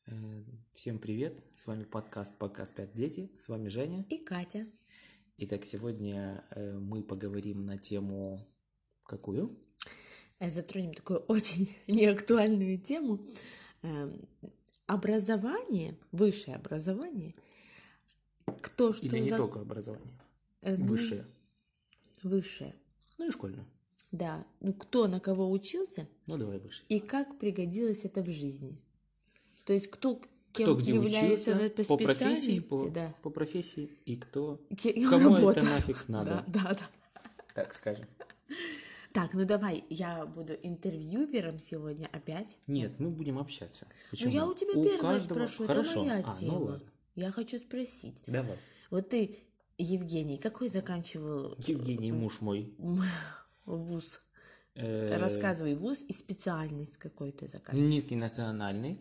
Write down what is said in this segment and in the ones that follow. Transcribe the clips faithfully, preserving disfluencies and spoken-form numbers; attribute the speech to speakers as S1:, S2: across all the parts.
S1: Всем привет, с вами подкаст «Пока спят дети», с вами Женя
S2: и Катя.
S1: Итак, сегодня мы поговорим на тему какую?
S2: Затронем такую очень неактуальную тему. Образование, высшее образование. Кто что
S1: Или не
S2: за...
S1: только образование,
S2: ну,
S1: высшее.
S2: Высшее.
S1: Ну и школьное.
S2: Да, ну кто на кого учился,
S1: ну давай выше.
S2: И как пригодилось это в жизни. То есть кто...
S1: Кто
S2: Кем
S1: где
S2: является
S1: учился,
S2: по,
S1: по профессии, по,
S2: да.
S1: по профессии, и кто,
S2: Кем
S1: кому
S2: работал.
S1: это нафиг надо.
S2: Да, да, да.
S1: Так скажем.
S2: Так, ну давай, я буду интервьюером сегодня опять.
S1: Нет, мы будем общаться. Почему?
S2: Ну я у тебя
S1: у
S2: первая
S1: каждого...
S2: спрошу,
S1: Хорошо.
S2: это моя
S1: а,
S2: тема.
S1: Ну ладно.
S2: Я хочу спросить.
S1: Давай.
S2: Вот ты, Евгений, какой заканчивал...
S1: Евгений, муж мой.
S2: Вуз. Рассказывай, вуз и специальность какой ты заканчивал.
S1: Низкий национальный.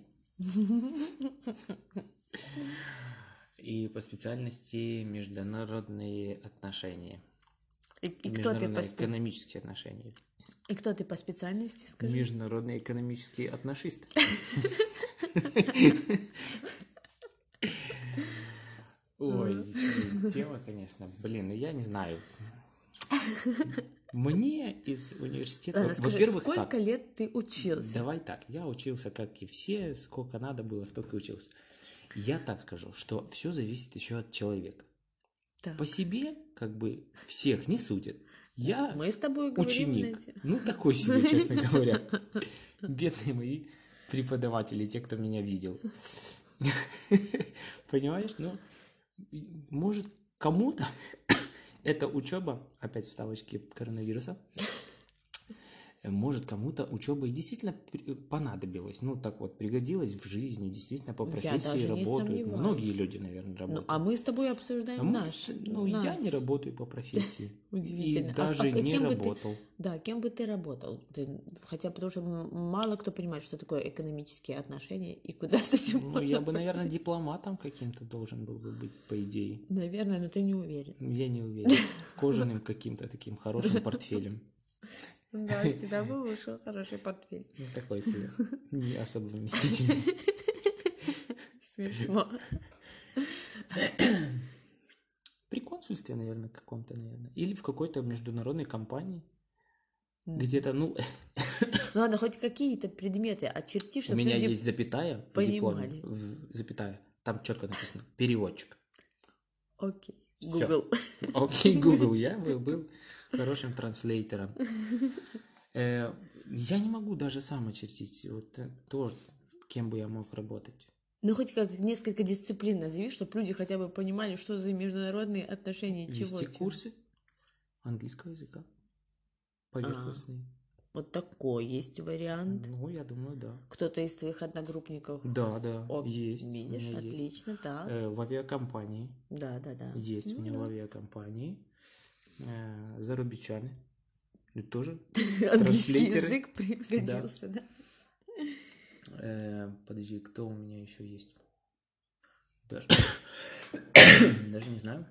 S1: И по специальности международные отношения.
S2: И, и кто ты по спе...
S1: экономические отношения.
S2: И кто ты по специальности, скажи?
S1: Международные экономические отношисты. Ой, тема, конечно. Блин, ну я не знаю. Мне из университета...
S2: Ладно, скажи,
S1: во-первых,
S2: сколько
S1: так,
S2: лет ты учился?
S1: Давай так, я учился, как и все, сколько надо было, столько и учился. Я так скажу, что все зависит еще от человека.
S2: Так.
S1: По себе, как бы, всех не судят. Я
S2: Мы с тобой
S1: ученик,
S2: говорим,
S1: ну такой себе, честно говоря. Бедные мои преподаватели, те, кто меня видел. Понимаешь, ну, может, кому-то эта учеба, опять вставочки коронавируса, может, кому-то учеба и действительно понадобилась. Ну, так вот, пригодилась в жизни, действительно по профессии работают. Многие люди, наверное, работают.
S2: Ну, а мы с тобой обсуждаем
S1: а
S2: наш.
S1: Мы, ну,
S2: нас.
S1: я не работаю по профессии.
S2: Удивительно.
S1: И даже
S2: а, а
S1: не
S2: кем
S1: работал.
S2: Бы ты, да, кем бы ты работал? Ты, хотя потому что мало кто понимает, что такое экономические отношения и куда с этим
S1: Ну,
S2: можно
S1: я бы,
S2: пойти.
S1: наверное, дипломатом каким-то должен был бы быть, по идее.
S2: Наверное, но ты не уверен.
S1: Я не уверен. Кожаным каким-то таким хорошим портфелем.
S2: Да, с тебя бы вышел хороший портфель.
S1: Ну, такой себе. Не особо вместительный.
S2: Смешно.
S1: При консульстве, наверное, каком-то, наверное. Или в какой-то международной компании.
S2: Mm-hmm.
S1: Где-то, ну...
S2: Ну ладно, хоть какие-то предметы очерти, чтобы
S1: У меня
S2: люди
S1: есть запятая в дипломе. В, запятая. Там четко написано. Переводчик.
S2: Окей. Google.
S1: Окей, Google. Я был хорошим транслейтером. Э, я не могу даже сам очертить вот то, кем бы я мог работать.
S2: Ну, хоть как несколько дисциплин назови, чтобы люди хотя бы понимали, что за международные отношения, чего.
S1: Вести курсы английского языка. Поверхностные.
S2: А, вот такой есть вариант.
S1: Ну, я думаю, да.
S2: Кто-то из твоих одногруппников?
S1: Да, да,
S2: О,
S1: есть.
S2: Видишь, отлично,
S1: есть.
S2: так.
S1: Э, в авиакомпании.
S2: Да, да, да.
S1: Есть
S2: ну,
S1: у меня
S2: да.
S1: в авиакомпании. Э, зарубичами. И тоже
S2: английский язык пригодился, да?
S1: да? Э, подожди, кто у меня еще есть? Даже, даже не знаю.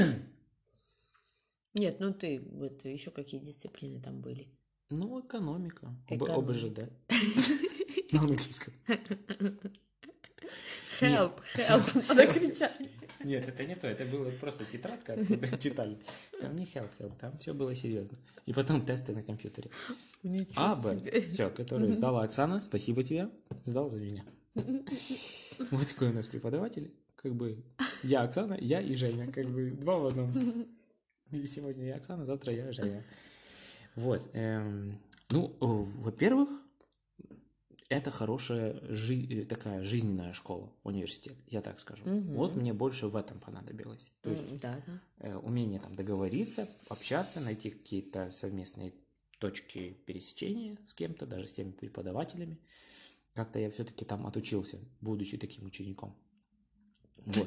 S2: Нет, ну ты, вот еще какие дисциплины там были?
S1: Ну, экономика.
S2: экономика.
S1: ОБЖД. На английском.
S2: Help, help, надо кричать.
S1: Нет, это не то, это была просто тетрадка, откуда читали. Там не help, help, там все было серьезно. И потом тесты на компьютере. А, Б, все, которые сдала Оксана, спасибо тебе, сдал за меня. Вот такой у нас преподаватель, как бы я Оксана, я и Женя, как бы два в одном. И сегодня я Оксана, завтра я Женя. Вот, эм, ну, во-первых, это хорошая жи- такая жизненная школа, университет, я так скажу.
S2: Угу.
S1: Вот мне больше в этом понадобилось. То есть
S2: mm, да, да.
S1: Э, умение там договориться, общаться, найти какие-то совместные точки пересечения с кем-то, даже с теми преподавателями. Как-то я все-таки там отучился, будучи таким учеником. Вот.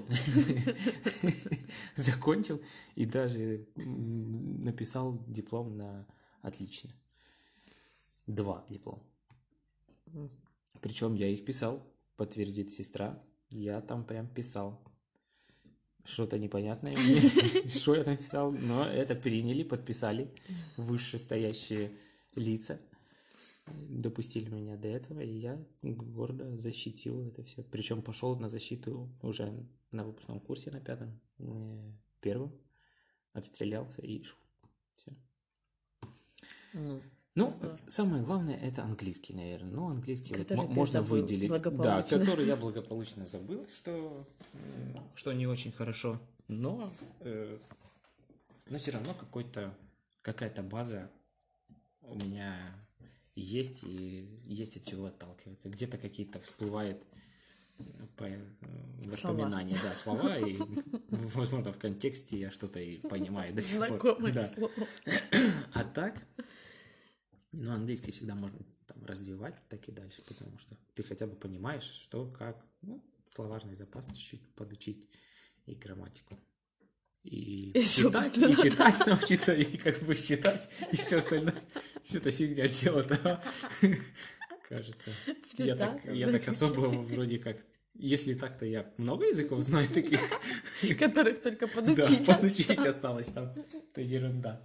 S1: Закончил и даже написал диплом на отлично. Два диплома. Причем я их писал, подтвердит сестра. Я там прям писал. Что-то непонятное, что я написал, но это приняли, подписали вышестоящие лица. допустили меня до этого, и я гордо защитил это все. Причем пошел на защиту уже на выпускном курсе на пятом, первом, отстрелялся и все.
S2: Ну,
S1: ну самое главное это английский, наверное. Ну, английский вот можно
S2: забыл,
S1: выделить. Да, который я благополучно забыл, что, что не очень хорошо, но, э, но все равно какой-то, какая-то база у меня есть, и есть от чего отталкиваться. Где-то какие-то всплывают воспоминания, слова. да, слова, и, возможно, в контексте я что-то и понимаю до сих пор.
S2: Знакомое да. слово.
S1: А так, ну, английский всегда можно там развивать, так и дальше, потому что ты хотя бы понимаешь, что, как, ну, словарный запас чуть-чуть подучить и грамматику. И, и читать, и читать да. научиться, и как бы считать, и все остальное. Все это фигня дело-то, кажется. Я так, я так особо вроде как... Если так, то я много языков знаю таких.
S2: Которых только подучить
S1: Да, подучить осталось там. Это ерунда.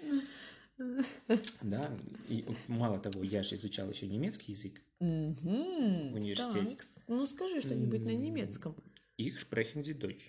S1: Да, и мало того, я же изучал еще немецкий язык в университете.
S2: Ну, скажи что-нибудь на немецком.
S1: Ich sprechen Sie Deutsch.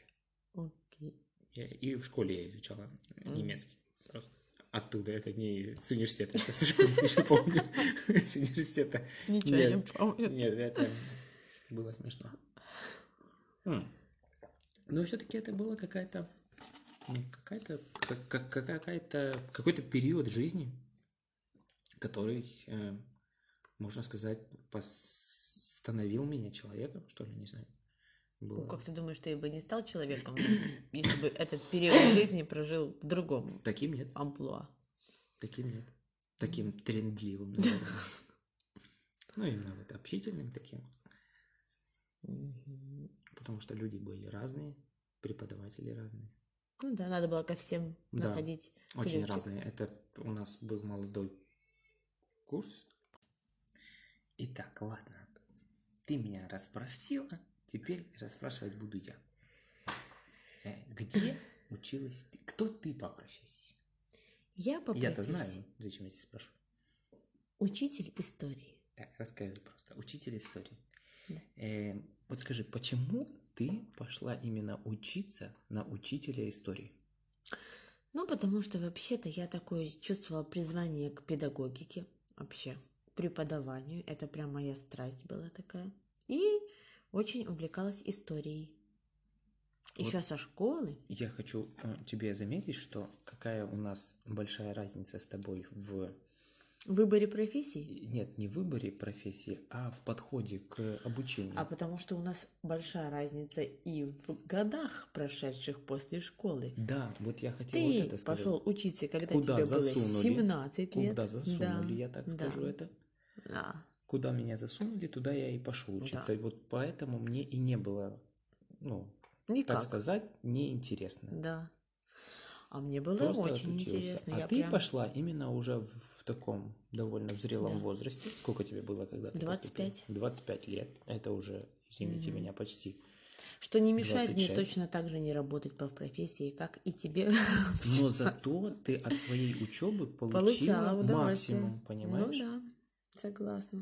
S1: И в школе я изучала немецкий. Просто оттуда, это не с университета, это со школы, еще помню. С университета.
S2: Ничего нет, не помню.
S1: Нет, это было смешно. Хм. Но все-таки это была какая-то, какая-то, как, какая-то, какой-то период жизни, который, э, можно сказать, постановил меня человеком, что ли, не знаю. Было.
S2: Ну, как ты думаешь, ты бы не стал человеком, если бы этот период жизни прожил в другом
S1: Таким нет.
S2: амплуа?
S1: Таким нет. Таким трендливым, наверное. Ну, именно вот общительным таким. Потому что люди были разные, преподаватели разные.
S2: Ну да, надо было ко всем
S1: да,
S2: находить
S1: очень
S2: ключик.
S1: разные. Это у нас был молодой курс. Итак, ладно. Ты меня расспросила. Теперь расспрашивать буду я. Где училась ты? Кто ты по профессии?
S2: Я по профессии.
S1: Я-то знаю, зачем я тебя спрашиваю.
S2: Учитель истории.
S1: Так, расскажи просто. Учитель истории.
S2: Да.
S1: Э, вот скажи, почему ты пошла именно учиться на учителя истории?
S2: Ну, потому что вообще-то я такое чувствовала призвание к педагогике, вообще, к преподаванию. Это прям моя страсть была такая. И очень увлекалась историей. Еще вот со школы.
S1: Я хочу тебе заметить, что какая у нас большая разница с тобой в...
S2: В выборе профессии?
S1: Нет, не в выборе профессии, а в подходе к обучению.
S2: А потому что у нас большая разница и в годах, прошедших после школы.
S1: Да, вот я хотел
S2: Ты
S1: вот это сказать.
S2: Ты пошел учиться, когда
S1: куда
S2: тебе
S1: засунули,
S2: было семнадцать лет.
S1: Куда засунули,
S2: да,
S1: я так
S2: да,
S1: скажу это.
S2: Да.
S1: Куда меня засунули, туда я и пошел учиться.
S2: Да.
S1: И вот поэтому мне и не было, ну,
S2: Никак.
S1: так сказать, неинтересно.
S2: Да. А мне было
S1: Просто
S2: очень
S1: отучился.
S2: интересно.
S1: А
S2: я
S1: ты
S2: прям...
S1: пошла именно уже в, в таком довольно в зрелом
S2: да.
S1: возрасте. Сколько тебе было, когда ты
S2: двадцать пять.
S1: поступила? двадцать пять лет. Это уже, извините угу. меня, почти.
S2: Что не мешает
S1: двадцать шесть.
S2: Мне точно так же не работать по профессии, как и тебе.
S1: Но зато ты от своей учебы получила
S2: Получала
S1: максимум, понимаешь?
S2: Ну да, согласна.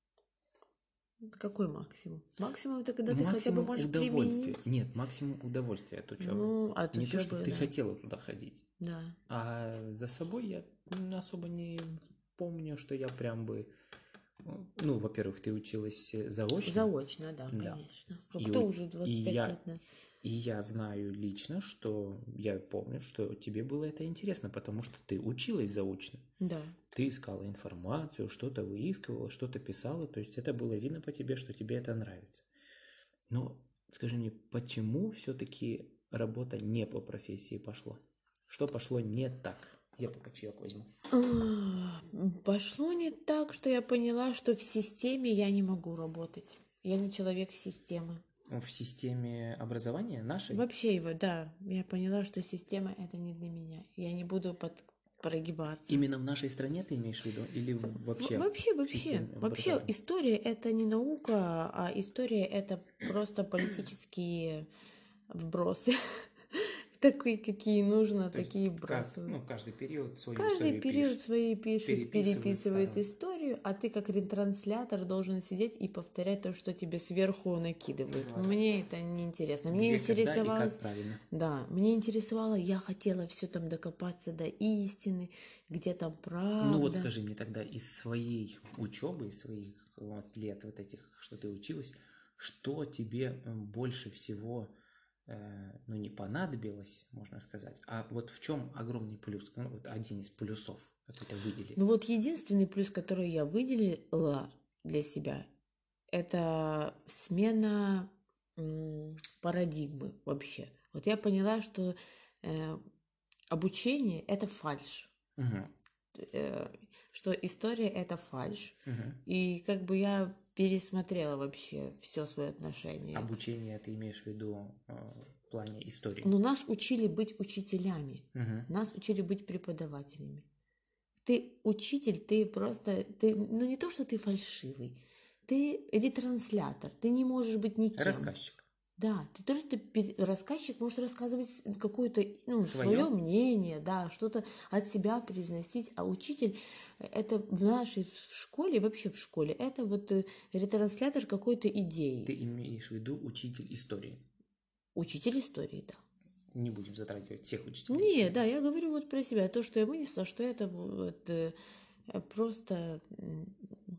S2: Какой максимум? Максимум это когда ты
S1: максимум
S2: хотя бы можешь
S1: удовольствия.
S2: применить.
S1: Нет, максимум удовольствия от учебы.
S2: Ну, от
S1: не
S2: учебы,
S1: то, что
S2: да.
S1: ты хотела туда ходить.
S2: Да.
S1: А за собой я особо не помню, что я прям бы... Ну, во-первых, ты училась заочно.
S2: Заочно, да,
S1: да.
S2: конечно.
S1: И
S2: Кто
S1: у...
S2: уже двадцать пять
S1: и я...
S2: лет? Да?
S1: И я знаю лично, что я помню, что тебе было это интересно, потому что ты училась заочно.
S2: Да.
S1: Ты искала информацию, что-то выискивала, что-то писала, то есть это было видно по тебе, что тебе это нравится. Но скажи мне, почему все-таки работа не по профессии пошла? Что пошло не так? Я пока чаек возьму.
S2: Пошло не так, что я поняла, что в системе я не могу работать. Я не человек системы.
S1: В системе образования нашей?
S2: Вообще его, да. Я поняла, что система это не для меня. Я не буду под... прогибаться.
S1: Именно в нашей стране ты имеешь в виду? Или вообще?
S2: Вообще, вообще. Вообще история это не наука, а история это просто политические вбросы. такие, какие нужно,
S1: То есть
S2: такие
S1: как-
S2: бросают.
S1: ну, каждый период свою
S2: Каждый
S1: историю
S2: период
S1: пишет.
S2: свои пишет,
S1: переписывает
S2: переписывает
S1: старую.
S2: историю, а ты как ретранслятор должен сидеть и повторять то, что тебе сверху накидывают.
S1: Вот.
S2: Мне это не интересно. Мне
S1: Где, когда и
S2: интересовалось,
S1: как правильно.
S2: да, мне интересовало, я хотела все там докопаться до истины, где там правда.
S1: Ну вот скажи мне тогда из своей учебы, из своих вот лет вот этих, что ты училась, что тебе э, больше всего, э, ну не понадобилось, можно сказать, а вот в чем огромный плюс, ну, вот один из плюсов, как это выделить?
S2: Ну вот единственный плюс, который я выделила для себя, это смена м, парадигмы вообще. Вот я поняла, что э, обучение — это фальшь,
S1: Мгм,
S2: э, что история — это фальшь.
S1: мгм.
S2: И как бы я пересмотрела вообще все свое отношение.
S1: Обучение ты имеешь в виду э, в плане истории?
S2: Но нас учили быть учителями,
S1: Мгм.
S2: нас учили быть преподавателями. Ты учитель, ты просто, ты, ну не то, что ты фальшивый, ты ретранслятор, ты не можешь быть никем.
S1: Рассказчик.
S2: Да, ты тоже ты пе- рассказчик может рассказывать какое-то, ну,
S1: Своё?
S2: свое мнение, да, что-то от себя привносить, а учитель э, это в нашей в школе, вообще в школе, это вот э, ретранслятор какой-то идеи.
S1: Ты имеешь в виду учитель истории?
S2: Учитель истории, да.
S1: Не будем затрагивать всех учителей.
S2: Не,
S1: истории.
S2: да, я говорю вот про себя, то, что я вынесла, что это вот э, э, просто м,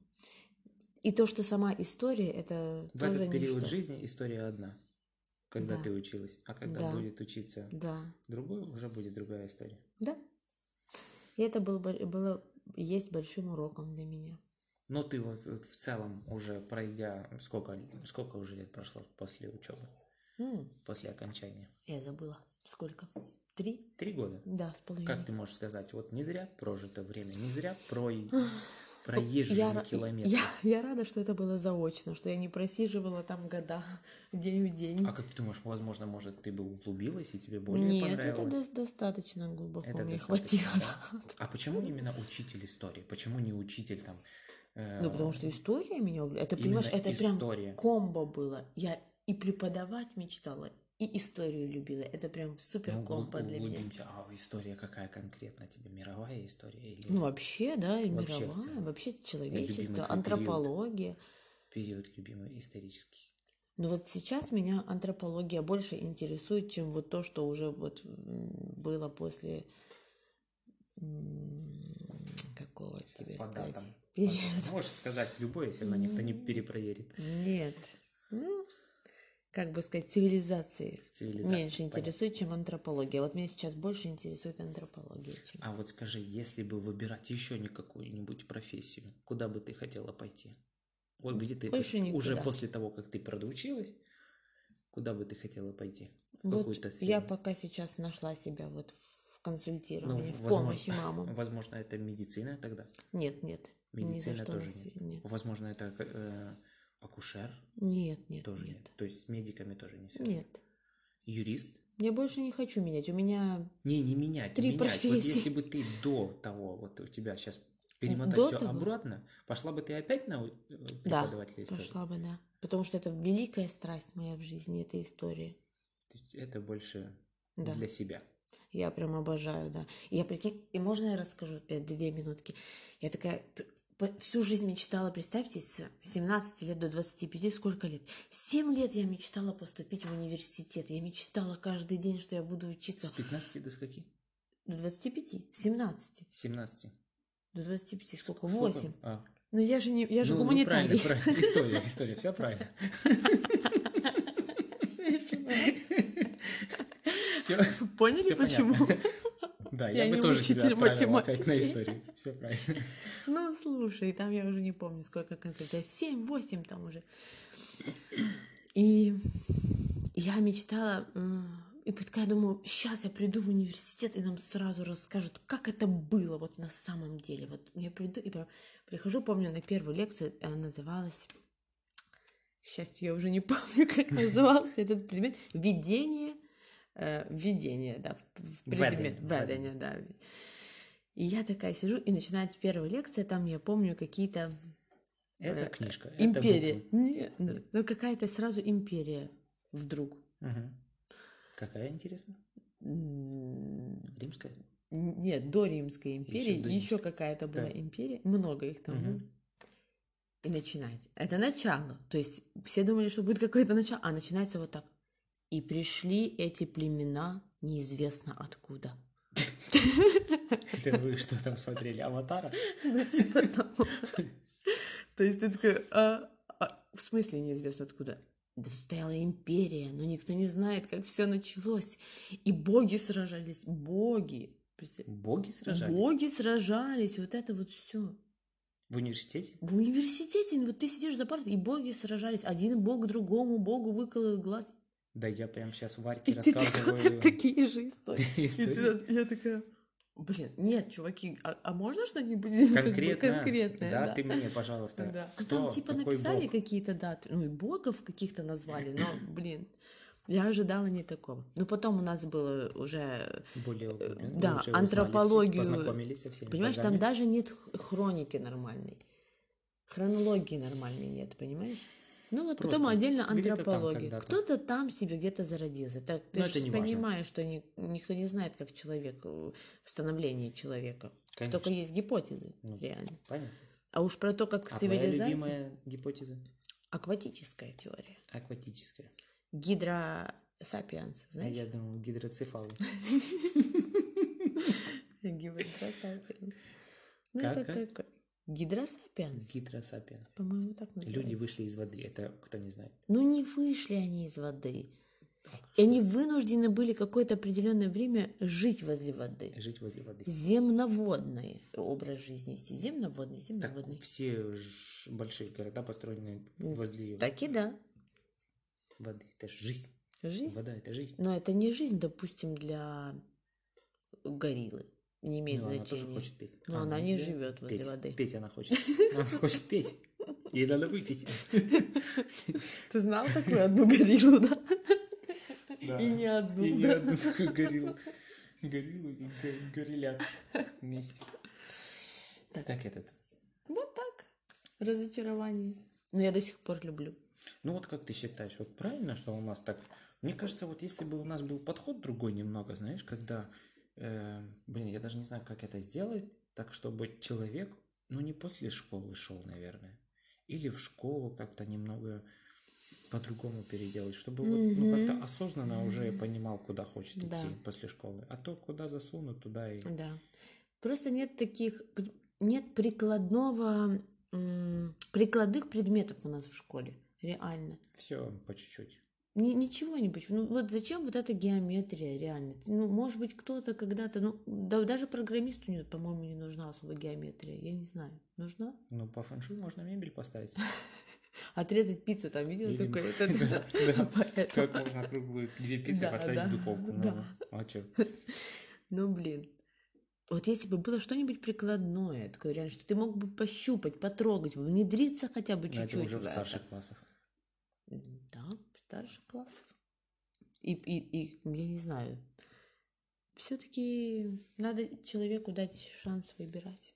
S2: и то, что сама история, это
S1: В
S2: тоже
S1: этот период
S2: ничто.
S1: жизни история одна, когда
S2: Да.
S1: ты училась, а когда
S2: Да.
S1: будет учиться
S2: Да,
S1: другой, уже будет другая история.
S2: да. И это было, бо- было есть большим уроком для меня.
S1: Но ты вот, вот в целом уже пройдя, сколько, сколько уже лет прошло после учебы,
S2: М,
S1: после окончания?
S2: я забыла. Сколько? Три?
S1: Три года.
S2: Да, с половиной.
S1: Как ты можешь сказать, вот не зря прожито время, не зря про...
S2: Я,
S1: проезжены
S2: ра-
S1: километры.
S2: я, я рада, что это было заочно, что я не просиживала там года, день в день.
S1: А как ты думаешь, возможно, может, ты бы углубилась и тебе более
S2: Нет, это
S1: понравилось?
S2: до- достаточно глубоко
S1: Это
S2: мне
S1: достаточно,
S2: хватило.
S1: да? А почему именно учитель истории? Почему не учитель там... э,
S2: Ну, потому что история меня увлекла. Это,
S1: Именно
S2: понимаешь, это
S1: история.
S2: прям комбо было. Я и преподавать мечтала, и историю любила. Это прям супер
S1: Ну,
S2: комбо
S1: угл-
S2: для меня.
S1: углубимся. А история какая конкретно тебе? Мировая история или
S2: Ну, вообще, да, и
S1: Вообще в
S2: мировая,
S1: целом.
S2: вообще
S1: любимый
S2: человечество,
S1: твой
S2: антропология.
S1: период любимый исторический?
S2: Но вот сейчас меня антропология больше интересует, чем вот то, что уже вот м, было после м, какого тебе
S1: По
S2: сказать
S1: датам.
S2: периода.
S1: Можешь сказать любое, все равно никто не перепроверит.
S2: Нет. Ну, как бы сказать, цивилизации
S1: Цивилизация,
S2: меньше
S1: понятно.
S2: интересует, чем антропология. Вот меня сейчас больше интересует антропология, чем...
S1: А вот скажи, если бы выбирать еще не какую-нибудь профессию, куда бы ты хотела пойти? Вот где ты
S2: Больше
S1: вот уже
S2: никуда.
S1: после того, как ты продоучилась, куда бы ты хотела пойти? В
S2: Вот
S1: какую-то
S2: я
S1: сферу?
S2: пока сейчас нашла себя вот в
S1: Ну,
S2: консультировании, в
S1: возможно,
S2: помощи мамам.
S1: возможно, это медицина тогда.
S2: Нет, нет, ни за
S1: Медицина
S2: что
S1: тоже
S2: на
S1: нет.
S2: свете. Нет.
S1: Возможно, это э, акушер
S2: Нет, нет,
S1: тоже нет.
S2: нет.
S1: То есть с медиками тоже не связано.
S2: Нет.
S1: Юрист?
S2: Я больше не хочу менять. У меня
S1: Не, не менять,
S2: Три
S1: не менять. Вот
S2: профессии.
S1: если бы ты до того, вот у тебя сейчас перемотать
S2: До
S1: все
S2: того?
S1: обратно, пошла бы ты опять на э,
S2: да,
S1: преподавателя истории?
S2: пошла бы, да. Потому что это великая страсть моя в жизни, это история.
S1: То есть это больше
S2: Да.
S1: для себя.
S2: Я прям обожаю, да. И я прикинь, и можно я расскажу опять две минутки? Я такая п- п- всю жизнь мечтала, представьте, с семнадцати лет до двадцати пяти, сколько лет? Семь лет я мечтала поступить в университет. Я мечтала каждый день, что я буду
S1: С
S2: учиться.
S1: пятнадцати до скольки?
S2: До двадцати пяти, семнадцати.
S1: С семнадцати.
S2: До двадцати пяти, сколько?
S1: Сколько?
S2: Восемь.
S1: А.
S2: Ну я же не, я же
S1: Ну, ну,
S2: гуманитарий.
S1: правильно, правильно. История, история, все правильно. Все,
S2: Поняли,
S1: все
S2: почему?
S1: понятно. Да, я,
S2: Я
S1: бы
S2: не
S1: тоже тебя
S2: учитель
S1: отправил опять на
S2: математики.
S1: историю. Все правильно.
S2: Ну, слушай, там я уже не помню, сколько конкретно. Семь, восемь там уже. И я мечтала, м, и такая думаю, сейчас я приду в университет, и нам сразу расскажут, как это было вот на самом деле. Вот я приду, и прям прихожу, помню, на первую лекцию, она называлась, к счастью, я уже не помню, как назывался этот предмет, «Введение», э, «Введение», да, в в предмет,
S1: Введение,
S2: «Введение», да. И я такая сижу, и начинается первая лекция, там я помню какие-то...
S1: Это
S2: э,
S1: книжка, это
S2: Империя.
S1: буквы.
S2: Нет, нет. Ну, какая-то сразу империя вдруг.
S1: Мгм. Какая, интересно? Римская?
S2: Нет, до Римской империи. Еще, еще какая-то была да. империя. Много их там угу. было. И начинается. Это начало. То есть все думали, что будет какое-то начало, а начинается вот так. И пришли эти племена неизвестно откуда.
S1: Это вы что там смотрели? Аватара?
S2: Ну, типа того. То есть ты такой, а, а, в смысле неизвестно откуда? Да стояла империя, но никто не знает, как все началось. И боги сражались, боги.
S1: Боги сражались?
S2: Боги сражались, вот это вот все.
S1: В университете?
S2: В университете, вот ты сидишь за партой, и боги сражались. Один бог другому богу выколол глаз.
S1: Да я прям сейчас Варьке
S2: и
S1: рассказываю.
S2: Ты такие же истории.
S1: истории.
S2: И ты, я такая... Блин, нет, чуваки, а, а можно что-нибудь
S1: конкретно?
S2: конкретное?
S1: Да,
S2: да,
S1: ты мне, пожалуйста.
S2: Да.
S1: Кто,
S2: там типа
S1: какой
S2: написали
S1: бог?
S2: какие-то даты, ну и богов каких-то назвали, но, блин, я ожидала не такого. Но потом у нас было уже...
S1: Более углубленно.
S2: Да,
S1: уже
S2: антропологию.
S1: Узнали, познакомились со всеми.
S2: Понимаешь,
S1: богами.
S2: там даже нет хроники нормальной. Хронологии нормальной нет, понимаешь? Ну вот Просто потом отдельно антропология. Там кто-то там себе где-то зародился. Так, ты же понимаешь, что ни, никто не знает, как человек, становление человека. Конечно. Только есть гипотезы, ну, реально.
S1: Понятно.
S2: А уж про то, как
S1: а
S2: цивилизация...
S1: твоя любимая гипотеза?
S2: Акватическая теория.
S1: Акватическая.
S2: Гидросапиенс, знаешь?
S1: А я думал, гидроцефалы.
S2: Гидросапиенс. Ну это такое. Гидросапиенс.
S1: Гидросапиенс.
S2: По-моему, так называется.
S1: Люди вышли из воды, это кто не знает.
S2: Ну не вышли они из воды. Так, и они вынуждены были какое-то определенное время жить возле воды.
S1: Жить возле воды.
S2: Земноводный образ жизни. Земноводный, земноводный.
S1: Так все ж большие города построены возле
S2: так и да.
S1: воды. Это ж жизнь.
S2: Жизнь?
S1: Вода – это жизнь.
S2: Но это не жизнь, допустим, для гориллы. Не имеет
S1: ну,
S2: значения.
S1: Она тоже хочет петь.
S2: Но а, она не да? живет возле
S1: петь.
S2: воды.
S1: Петь она хочет. Она хочет петь. Ей надо выпить.
S2: Ты знал такую одну гориллу, да?
S1: Да.
S2: И не одну.
S1: И не одну такую гориллу. Гориллу и гориллят вместе. Так. так этот.
S2: Вот так. Разочарование. Но я до сих пор люблю.
S1: Ну вот как ты считаешь, вот правильно, что у нас так... Мне кажется, вот если бы у нас был подход другой немного, знаешь, когда... Э, блин, я даже не знаю, как это сделать, так чтобы человек, ну не после школы шел, наверное, или в школу как-то немного по-другому переделать, чтобы mm-hmm. вот, ну, как-то осознанно mm-hmm. уже понимал, куда хочет идти да. после школы, а то куда засунут, туда и...
S2: Да, просто нет таких, нет прикладного, м- прикладных предметов у нас в школе, реально.
S1: Все по чуть-чуть.
S2: Ни, ничего не почему. Ну вот зачем вот эта геометрия реально? Ну, может быть, кто-то когда-то, ну, да, даже программисту, нет, по-моему, не нужна особо геометрия. Я не знаю. Нужна?
S1: Ну, по фэншуй можно мебель поставить.
S2: Отрезать пиццу, там видел такое?
S1: Как можно круглую две пиццы поставить в духовку? А что?
S2: Ну, блин. Вот если бы было что-нибудь прикладное, такое реально, что ты мог бы пощупать, потрогать, внедриться хотя бы чуть-чуть.
S1: Это уже в старших классах.
S2: Да, в старших классах. И, и, и, я не знаю, все-таки надо человеку дать шанс выбирать.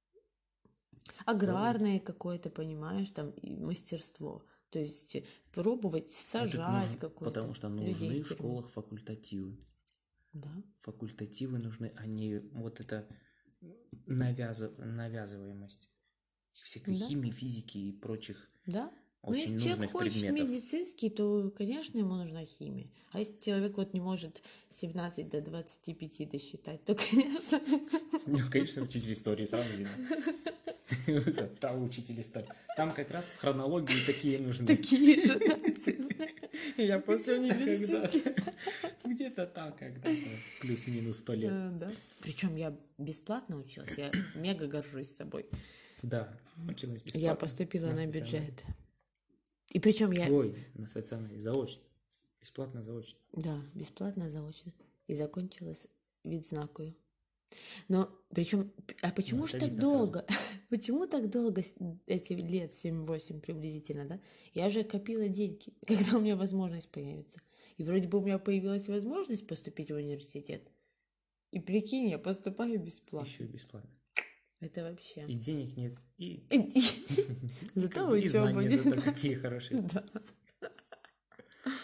S2: Аграрное какое-то, понимаешь, там, и мастерство. То есть пробовать сажать
S1: нужно,
S2: какое-то.
S1: Потому что нужны в школах факультативы.
S2: Да.
S1: Факультативы нужны, а не вот эта навязыв... навязываемость всякой да. химии, физики и прочих.
S2: Да.
S1: Ну,
S2: если человек хочет предметов. медицинский, то, конечно, ему нужна химия. А если человек вот не может семнадцать до двадцати пяти досчитать, то, конечно...
S1: Ну, конечно, учитель истории сразу видно. Там учитель истории. Там как раз в хронологии такие нужны.
S2: Такие же цифры. Я после университета.
S1: Где-то там когда-то. Плюс-минус сто лет.
S2: Да. Причем я бесплатно училась. Я мега горжусь собой.
S1: Да, училась бесплатно.
S2: Я поступила на бюджет. И причем я...
S1: Ой, на стационаре, заочно. Бесплатно заочно.
S2: Да, бесплатно заочно. И закончилась видзнакую. Но причем... А почему ну, же так долго? Почему так долго эти лет, семь-восемь приблизительно, да? Я же копила деньги, когда у меня возможность появится. И вроде бы у меня появилась возможность поступить в университет. И прикинь, я поступаю бесплатно.
S1: Еще и бесплатно.
S2: Это вообще...
S1: И денег нет, и...
S2: Зато учеба.
S1: И знания зато какие хорошие.
S2: Да.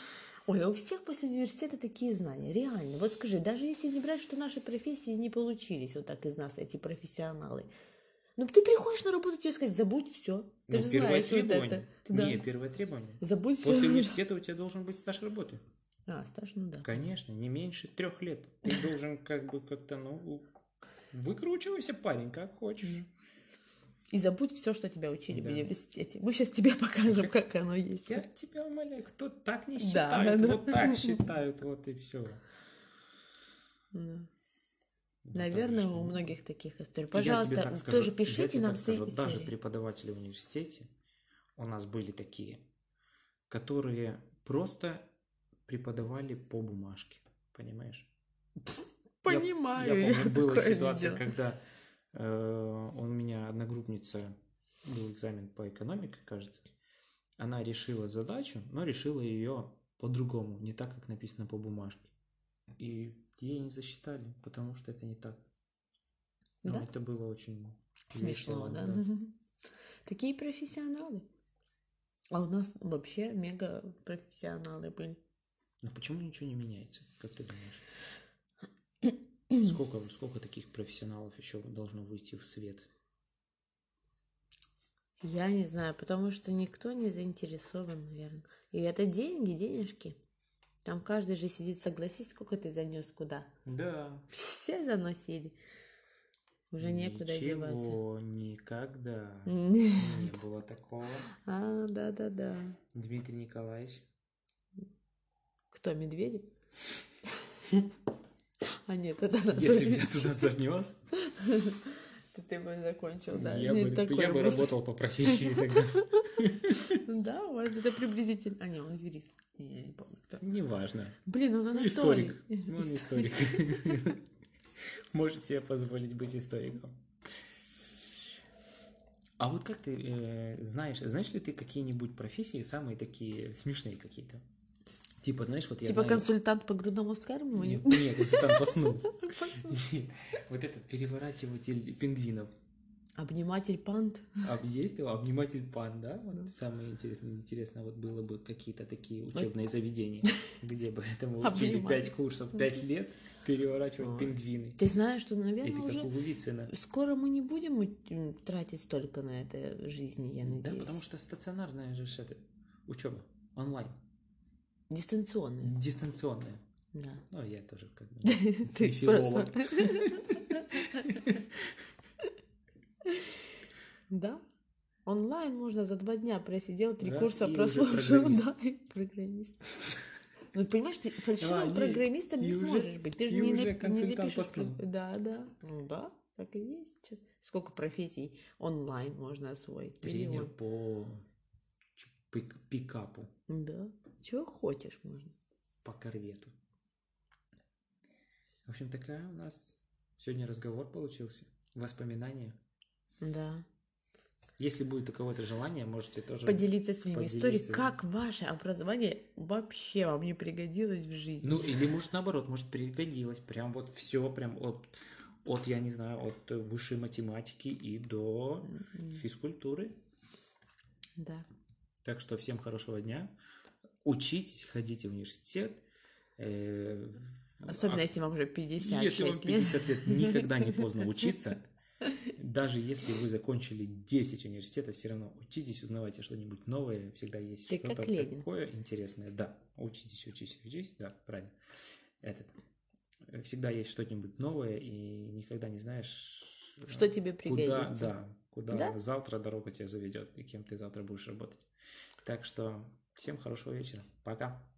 S2: Ой, а у всех после университета такие знания, реально. Вот скажи, даже если не брать, что наши профессии не получились вот так из нас, эти профессионалы, ну ты приходишь на работу, тебе сказать, забудь все. Ты
S1: Ну,
S2: же
S1: первое
S2: знаешь вот
S1: требование.
S2: это.
S1: Не,
S2: Да.
S1: первое требование.
S2: Забудь все.
S1: После университета у тебя должен быть стаж работы.
S2: А, стаж, ну да.
S1: Конечно, не меньше трех лет. Ты должен как бы как-то, ну, выкручивайся, парень, как хочешь.
S2: И забудь все, что тебя учили
S1: Да.
S2: в университете. Мы сейчас тебе покажем, как оно есть.
S1: Я тебя умоляю, кто так не
S2: Да,
S1: считает,
S2: да.
S1: вот так считают, вот и все.
S2: Да. Наверное, у многих таких историй. Пожалуйста,
S1: я тебе так скажу,
S2: тоже пишите
S1: я тебе
S2: нам
S1: так
S2: свои
S1: скажу,
S2: истории.
S1: даже преподаватели в университете у нас были такие, которые просто преподавали по бумажке, понимаешь?
S2: Понимаю,
S1: Я, я помню,
S2: я
S1: была
S2: такое
S1: ситуация,
S2: видела.
S1: когда э, у меня одногруппница, был экзамен по экономике, кажется, она решила задачу, но решила ее по-другому, не так, как написано по бумажке. И ей не засчитали, потому что это не так. Ну,
S2: Да?
S1: это было очень
S2: Смешно,
S1: весело,
S2: да?
S1: да.
S2: Такие профессионалы. А у нас вообще мега профессионалы были.
S1: Но почему ничего не меняется, как ты думаешь? Сколько, сколько таких профессионалов еще должно выйти в свет?
S2: Я не знаю, потому что никто не заинтересован, наверное. И это деньги, денежки. Там каждый же сидит, согласись, сколько ты занес куда.
S1: Да.
S2: Все заносили. Уже некуда деваться.
S1: Ничего, никогда не было такого.
S2: А, да-да-да.
S1: Дмитрий Николаевич.
S2: Кто, Медведев? А нет, это
S1: Если бы я туда занес,
S2: то ты бы закончил, да?
S1: я бы, я бы работал по профессии тогда.
S2: Да, у вас это приблизительно... А, нет, он юрист. Я не помню, кто.
S1: Неважно.
S2: Блин, он Анатолий.
S1: Историк. Он историк. Может себе позволить быть историком. А вот как ты э, знаешь, знаешь ли ты какие-нибудь профессии самые такие смешные какие-то? Типа, знаешь, вот я
S2: Типа
S1: знаю...
S2: консультант по грудному вскармливанию?
S1: Нет, нет, консультант по сну. Вот этот переворачиватель пингвинов.
S2: Обниматель панд.
S1: Есть его? Обниматель панд, да? Вот самое интересное, интересно, вот было бы какие-то такие учебные заведения, где бы этому учили пять курсов, пять лет переворачивать пингвины.
S2: Ты знаешь, что, наверное,
S1: Это
S2: уже
S1: как у Вицина.
S2: скоро мы не будем тратить столько на это в жизни, я надеюсь.
S1: Да, потому что стационарная же это учеба, онлайн.
S2: Дистанционная.
S1: Дистанционная.
S2: Да.
S1: Ну, я тоже как бы
S2: Ты
S1: филолог.
S2: Да. Онлайн можно за два дня просидел, три
S1: Раз,
S2: курса
S1: и
S2: прослушал.
S1: уже
S2: Да, и программист. Ну, понимаешь, ты фальшивым
S1: А,
S2: программистом
S1: и
S2: не
S1: уже-
S2: сможешь быть. Ты же
S1: и
S2: не,
S1: уже
S2: нап-
S1: консультант
S2: не напишешь.
S1: по сну.
S2: про- Да, да. Ну да, так и есть сейчас. Сколько профессий онлайн можно освоить?
S1: Тренер
S2: Миллион.
S1: по ч- пик- пикапу,
S2: Да. Чего хочешь можно.
S1: по корвету. В общем, такая у нас сегодня разговор получился. Воспоминания.
S2: Да.
S1: Если будет у кого-то желание, можете тоже
S2: Поделиться своими
S1: поделиться.
S2: историями, как ваше образование вообще вам не пригодилось в жизни.
S1: Ну, или может наоборот, может пригодилось. Прям вот все, прям от, от, я не знаю, от высшей математики и до физкультуры.
S2: Да.
S1: Так что всем хорошего дня. Учитесь, ходите в университет. Э,
S2: Особенно,
S1: а
S2: если вам уже пятьдесят шесть
S1: если вам
S2: лет.
S1: пятьдесят лет, никогда не поздно учиться. Даже если вы закончили десять университетов, все равно учитесь, узнавайте что-нибудь новое. Всегда есть
S2: Ты
S1: что-то
S2: как Ленин.
S1: такое интересное. Да, учитесь, учитесь, учитесь. Да, правильно. Этот. Всегда есть что-нибудь новое, и никогда не знаешь,
S2: Что тебе
S1: куда,
S2: пригодится.
S1: да, куда
S2: Да?
S1: завтра дорога тебя заведет, и кем ты завтра будешь работать. Так что всем хорошего вечера. Пока.